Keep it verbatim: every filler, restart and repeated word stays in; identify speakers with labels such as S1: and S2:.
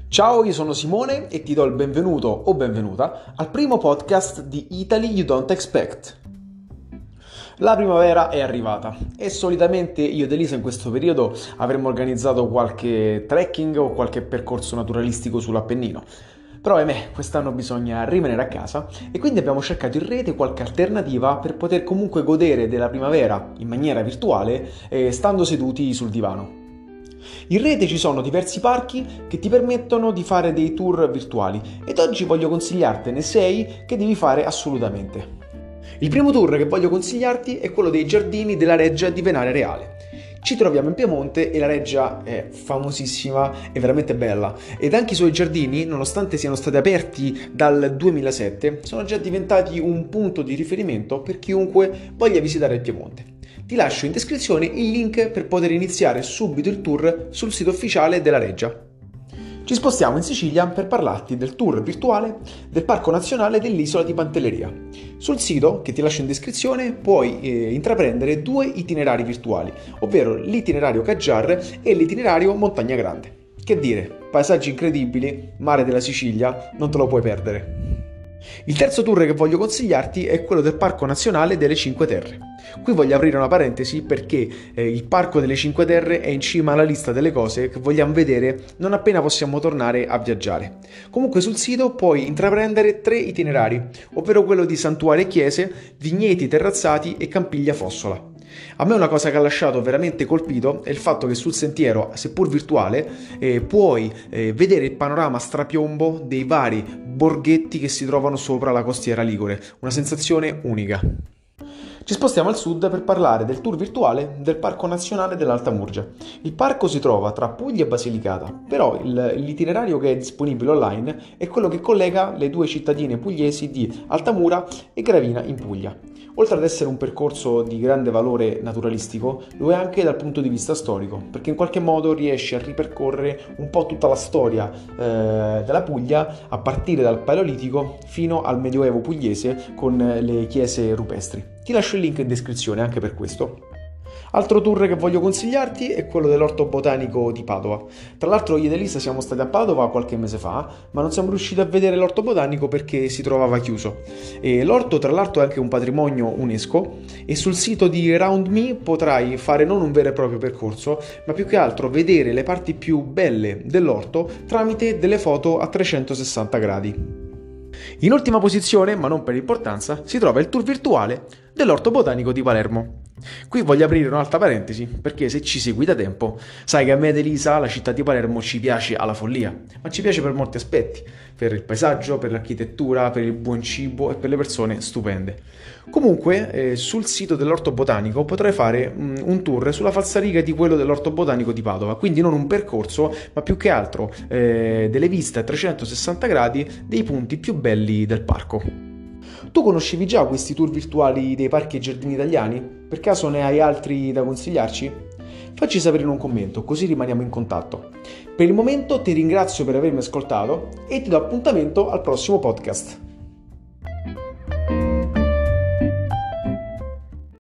S1: Ciao, io sono Simone e ti do il benvenuto o benvenuta al primo podcast di Italy You Don't Expect. La primavera è arrivata e solitamente io ed Elisa in questo periodo avremmo organizzato qualche trekking o qualche percorso naturalistico sull'Appennino. Però ahimè, quest'anno bisogna rimanere a casa e quindi abbiamo cercato in rete qualche alternativa per poter comunque godere della primavera in maniera virtuale eh, stando seduti sul divano. In rete ci sono diversi parchi che ti permettono di fare dei tour virtuali ed oggi voglio consigliartene sei che devi fare assolutamente. Il primo tour che voglio consigliarti è quello dei giardini della Reggia di Venale Reale. Ci troviamo in Piemonte e la Reggia è famosissima e veramente bella ed anche i suoi giardini, nonostante siano stati aperti dal duemilasette, sono già diventati un punto di riferimento per chiunque voglia visitare il Piemonte. Ti lascio in descrizione il link per poter iniziare subito il tour sul sito ufficiale della Reggia. Ci spostiamo in Sicilia per parlarti del tour virtuale del Parco Nazionale dell'Isola di Pantelleria. Sul sito, che ti lascio in descrizione, puoi eh, intraprendere due itinerari virtuali, ovvero l'itinerario Caggiar e l'itinerario Montagna Grande. Che dire, paesaggi incredibili, mare della Sicilia, non te lo puoi perdere. Il terzo tour che voglio consigliarti è quello del Parco Nazionale delle Cinque Terre. Qui voglio aprire una parentesi perché eh, il Parco delle Cinque Terre è in cima alla lista delle cose che vogliamo vedere non appena possiamo tornare a viaggiare. Comunque sul sito puoi intraprendere tre itinerari, ovvero quello di santuari e chiese, vigneti terrazzati e Campiglia Fossola. A me una cosa che ha lasciato veramente colpito è il fatto che sul sentiero, seppur virtuale, eh, puoi eh, vedere il panorama strapiombo dei vari borghetti che si trovano sopra la costiera ligure, una sensazione unica. Ci spostiamo al sud per parlare del tour virtuale del Parco Nazionale dell'Alta Murgia. Il parco si trova tra Puglia e Basilicata, però il, l'itinerario che è disponibile online è quello che collega le due cittadine pugliesi di Altamura e Gravina in Puglia. Oltre ad essere un percorso di grande valore naturalistico, lo è anche dal punto di vista storico, perché in qualche modo riesce a ripercorrere un po' tutta la storia eh, della Puglia, a partire dal Paleolitico fino al Medioevo pugliese con le chiese rupestri. Ti lascio il link in descrizione anche per questo. Altro tour che voglio consigliarti è quello dell'Orto Botanico di Padova. Tra l'altro io ed Elisa siamo stati a Padova qualche mese fa, ma non siamo riusciti a vedere l'Orto Botanico perché si trovava chiuso. E l'orto tra l'altro è anche un patrimonio UNESCO e sul sito di RoundMe potrai fare non un vero e proprio percorso, ma più che altro vedere le parti più belle dell'orto tramite delle foto a trecentosessanta gradi. In ultima posizione, ma non per importanza, si trova il tour virtuale dell'Orto Botanico di Palermo. Qui voglio aprire un'altra parentesi, perché se ci segui da tempo, sai che a me ed Elisa la città di Palermo ci piace alla follia, ma ci piace per molti aspetti, per il paesaggio, per l'architettura, per il buon cibo e per le persone stupende. Comunque, eh, sul sito dell'Orto Botanico potrai fare mm, un tour sulla falsariga di quello dell'Orto Botanico di Padova, quindi non un percorso, ma più che altro eh, delle viste a trecentosessanta gradi dei punti più belli del parco. Tu conoscevi già questi tour virtuali dei parchi e giardini italiani? Per caso ne hai altri da consigliarci? Facci sapere in un commento, così rimaniamo in contatto. Per il momento ti ringrazio per avermi ascoltato e ti do appuntamento al prossimo podcast.